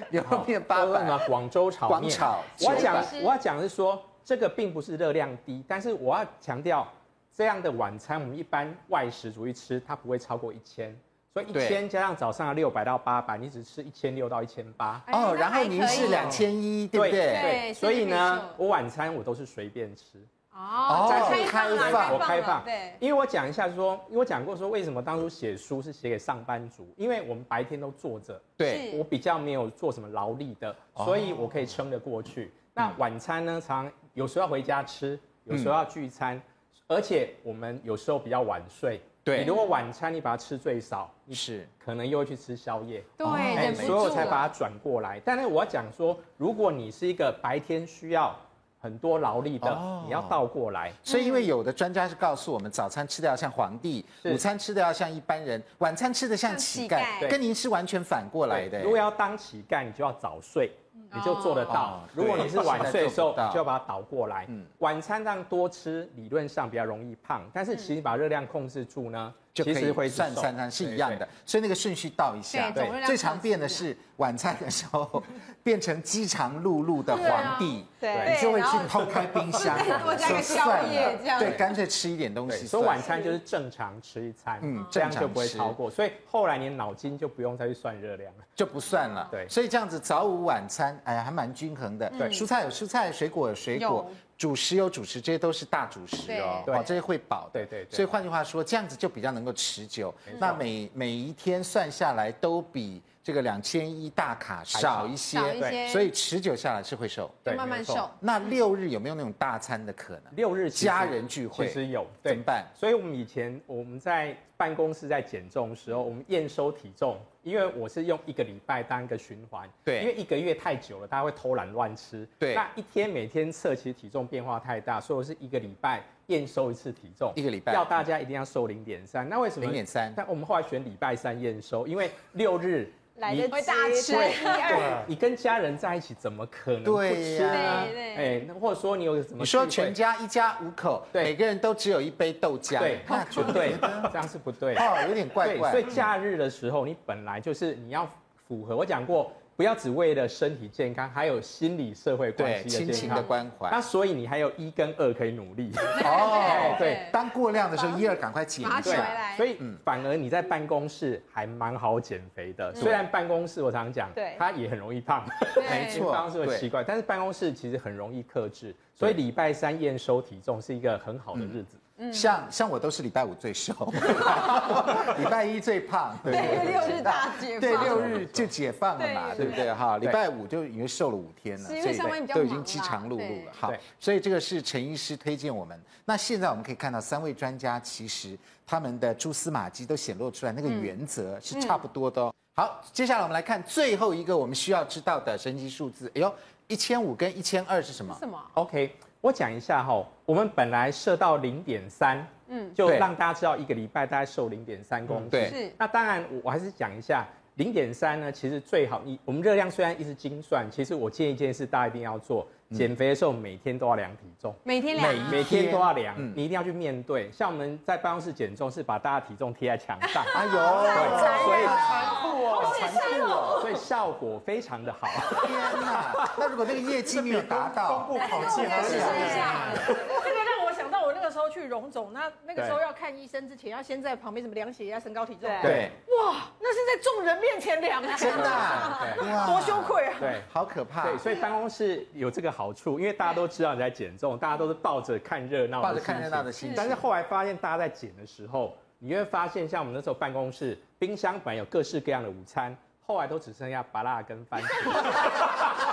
800， 广州炒面。我要讲是说，这个并不是热量低，但是我要强调。这样的晚餐，我们一般外食族去吃，它不会超过1000，所以1000加上早上的600到800，你只吃1600到1800。 哦，然后您是2100，对不对？ 对，所以呢，我晚餐我都是随便吃。 哦， 开放。对，因为我讲一下说，因为我讲过说，为什么当初写书是写给上班族，因为我们白天都坐着，对，我比较没有做什么劳力的，所以我可以撑得过去。那晚餐呢，常有时候要回家吃，有时候要聚餐。而且我们有时候比较晚睡，对，你如果晚餐你把它吃最少，你可能又会去吃宵夜， 对， 所以我才把它转过来。但是我要讲说，如果你是一个白天需要很多劳力的，你要倒过来。 所以因为有的专家是告诉我们，早餐吃的要像皇帝，午餐吃的要像一般人，晚餐吃的像乞丐，跟您是完全反过来的。 如果要当乞丐，你就要早睡。你就做得到。如果你是晚睡的时候，你就要把它倒过来。晚餐让多吃，理论上比较容易胖，但是其实把热量控制住呢， 其实会算3餐是一样的。所以那个顺序倒一下。对，最常变的是晚餐的时候变成饥肠辘辘的皇帝，对，你就会去剖开冰箱， 说算了， 对，干脆吃一点东西。 所以晚餐就是正常吃一餐，这样就不会超过。所以后来你脑筋就不用再去算热量了， 就不算了。对，所以这样子早午晚餐，哎呀，还蛮均衡的。对，蔬菜有蔬菜，水果有水果，主食有主食，这些都是大主食哦，哦，这些会饱的。对。所以换句话说，这样子就比较能够持久。那每一天算下来都比这个2100大卡少一些，对，所以持久下来是会瘦， 对，慢慢瘦。 那6日有没有那种大餐的可能 ？6日家人聚会其实有， 怎么办？ 所以我们以前我们在办公室在减重的时候，我们验收体重，因为我是用1个礼拜当一个循环，对，因为1个月太久了，大家会偷懒乱吃，对，那每天测其实体重变化太大，所以我是1个礼拜验收一次体重，1个礼拜要大家一定要瘦0.3，那为什么 0.3？ 但我们后来选礼拜3验收，因为6日。 来得大吃， 你跟家人在一起怎么可能不吃呢？哎，或者说你有什么？ 你说全家1家5口，每个人都只有1杯豆浆， 对，那不对，这样是不对哦，有点怪怪。 所以假日的时候，你本来就是你要符合，我讲过。不要只为了身体健康，还有心理社会关系的健康、 亲情的关怀。 那所以你还有1跟2可以努力。 哦，对，当过量的时候，1、2赶快减一下。 所以反而你在办公室还蛮好减肥的。虽然办公室我常讲，它也很容易胖， 没错， 办公室会奇怪，但是办公室其实很容易克制。所以礼拜3验收体重是一个很好的日子。 像我都是礼拜5最瘦，礼拜1最胖， 对，6日大解放， 对，6日就解放了嘛，对不对？哈，礼拜5就因为瘦了5天了， 所以都已经饥肠辘辘了。好，所以这个是陈医师推荐我们。那现在我们可以看到3位专家其实他们的蛛丝马迹都显露出来，那个原则是差不多的哦。好，接下来我们来看最后一个我们需要知道的神奇数字。哎呦，1500跟1200是什么？ 什么 ？OK。我讲一下哈，我们本来设到0.3，就让大家知道1个礼拜大概瘦0.3公斤。 对， 那当然我还是讲一下0.3呢，其实最好我们热量虽然一直精算，其实我建议一件事大家一定要做，减肥的时候每天都要量体重， 每天量， 每天都要量，你一定要去面对。像我们在办公室减重是把大家体重贴在墙上， 哎呦， 所以残酷哦，所以效果非常的好。 天哪，那如果那个业绩没有达到， 公布考绩还是这个让我想到我那个时候去荣总，那个时候要看医生之前，要先在旁边什么量血压、身高体重。 对， 哇，那是在众人面前量啊， 真的， 哇，多羞愧啊！ 对， 好可怕。 对，所以办公室有这个好处，因为大家都知道你在减重，大家都是抱着看热闹的心情。 但是后来发现，大家在减的时候，你会发现，像我们那时候办公室，冰箱本来有各式各样的午餐。后来都只剩下芭乐跟番茄，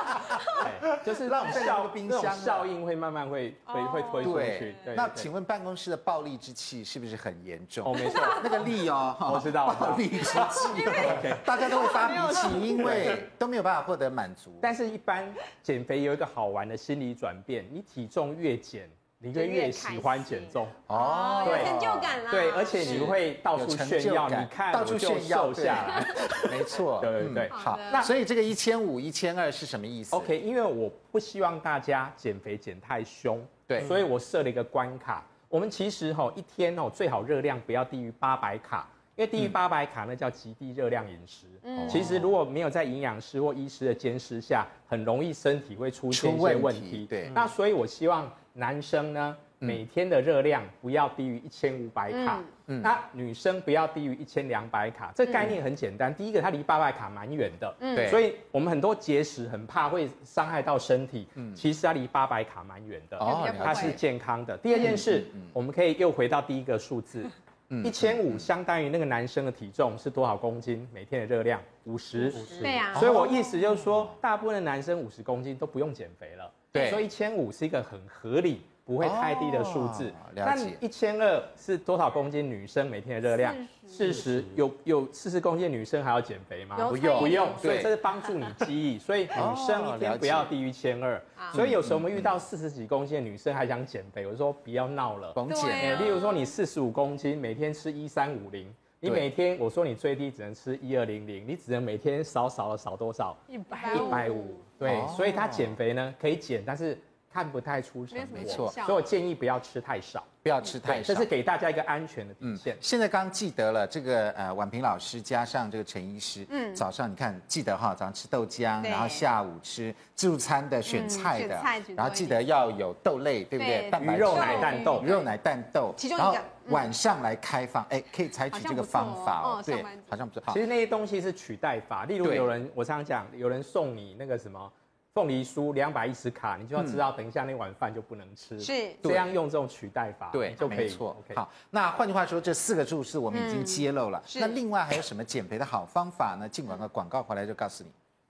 就是让我们那个冰箱效应会慢慢会推出去。 对，那请问办公室的暴力之气是不是很严重？ 哦，没错， 那个力哦， 我知道， 暴力之气，大家都会发脾气，因为都没有办法获得满足。 但是，一般减肥有一个好玩的心理转变，你体重越减，你会越喜欢减重哦，有成就感啦。 对，而且你会到处炫耀，你看到处炫耀瘦下来， 没错， 对。 好，那所以这个1500、1200是什么意思 ？OK， 因为我不希望大家减肥减太凶，对，所以我设了一个关卡。我们其实一天最好热量不要低于800卡。因为低于800卡那叫极低热量饮食。其实如果没有在营养师或医师的监视下，很容易身体会出现一些问题。对，那所以我希望男生呢，每天的热量不要低于1500卡，那女生不要低于1200卡。这概念很简单，第一个它离800卡蛮远的，对，所以我们很多节食很怕会伤害到身体，其实它离800卡蛮远的，它是健康的。第二件事，我们可以又回到第一个数字。1500相当于那个男生的体重是多少公斤？每天的热量50。 对呀。 所以我意思就是说，大部分的男生50公斤都不用减肥了。对。所以1500是一个很合理，不会太低的数字。那1200是多少公斤？女生每天的热量40，有40公斤的女生还要减肥吗？不用。所以这是帮助你记忆。所以女生一天不要低于1200。所以有时候我们遇到40几公斤的女生还想减肥，我说不要闹了， 甭减。 例如说你45公斤，每天吃1350，你每天我说你最低只能吃1200，你只能每天少多少？150。对，所以她减肥呢可以减，但是看不太出成果。 没错， 所以我建议不要吃太少。 不要吃太少， 这是给大家一个安全的底线。 现在刚记得了这个婉萍老师加上这个陈医师，早上你看记得哈，早上吃豆浆，然后下午吃自助餐的选菜的，然后记得要有豆类，对不对？蛋白质、 肉奶蛋豆， 肉奶蛋豆， 其中一个晚上来开放，可以采取这个方法哦。对，好像不错。 其实那些东西是取代法，例如有人我常常讲，有人送你那个什么。凤梨酥210卡，你就要知道，等一下那碗饭就不能吃。是，这样用这种取代法，对，就可以。没错。 好，那换句话说，这4个数字我们已经揭露了。那另外还有什么减肥的好方法呢？进广告回来就告诉你。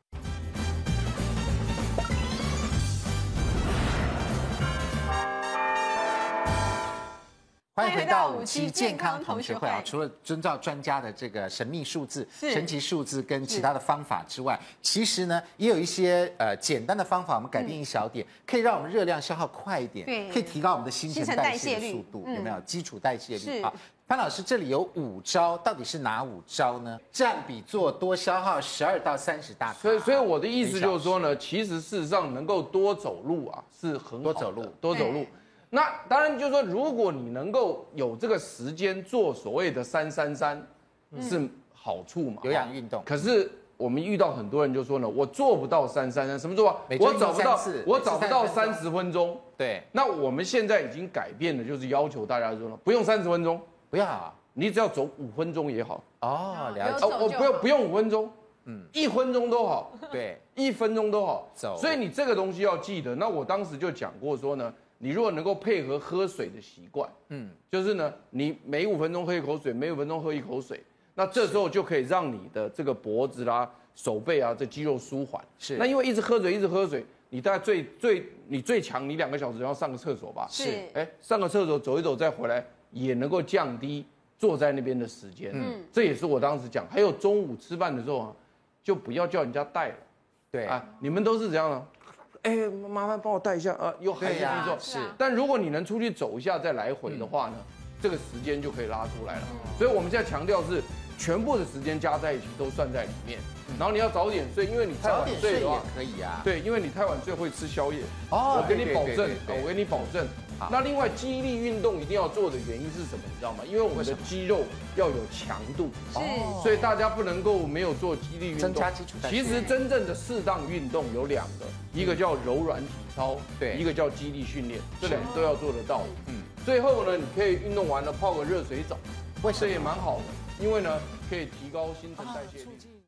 欢迎回到57健康同学会啊！除了遵照专家的这个神秘数字、神奇数字跟其他的方法之外，其实呢也有一些简单的方法，我们改变一小点，可以让我们热量消耗快一点，可以提高我们的新陈代谢的速度，有没有？基础代谢率啊！潘老师，这里有5招，到底是哪5招呢？占比做多消耗12到30大卡。 所以我的意思就是说呢，其实事实上能够多走路啊是很好的，多走路。那当然就是说，如果你能够有这个时间做所谓的333，是好处嘛？ 有氧运动。 可是我们遇到很多人就说呢，我做不到333，什么做法？我找不到30分钟。 对。 那我们现在已经改变了，就是要求大家说呢，不用30分钟， 不要啊， 你只要走5分钟也好。 哦，了解。 我不用5分钟。1分钟都好。 对 ，1分钟都好。 走。 所以你这个东西要记得。那我当时就讲过说呢。你如果能够配合喝水的习惯，就是呢，你每5分钟喝一口水，每5分钟喝一口水，那这时候就可以让你的这个脖子啦、手背啊这肌肉舒缓。是，那因为一直喝水，你大概你最强，你2个小时要上个厕所吧？ 是， 上个厕所走一走再回来，也能够降低坐在那边的时间。这也是我当时讲。还有中午吃饭的时候啊，就不要叫人家带了。对啊，你们都是怎样呢？麻烦帮我带一下有海鲜肉是。但如果你能出去走一下再来回的话呢，这个时间就可以拉出来了。所以我们现在强调是全部的时间加在一起都算在里面。然后你要早点睡，因为你太晚睡的话也可以啊。 对，因为你太晚睡会吃宵夜。我给你保证。那另外肌力运动一定要做的原因是什么？你知道吗？因为我们的肌肉要有强度，所以大家不能够没有做肌力运动。 增加基础代谢。 其实真正的适当运动有2个，一个叫柔软体操，对，一个叫肌力训练，这2个都要做得到。最后呢，你可以运动完了泡个热水澡，这也蛮好的，因为呢可以提高新陈代谢率。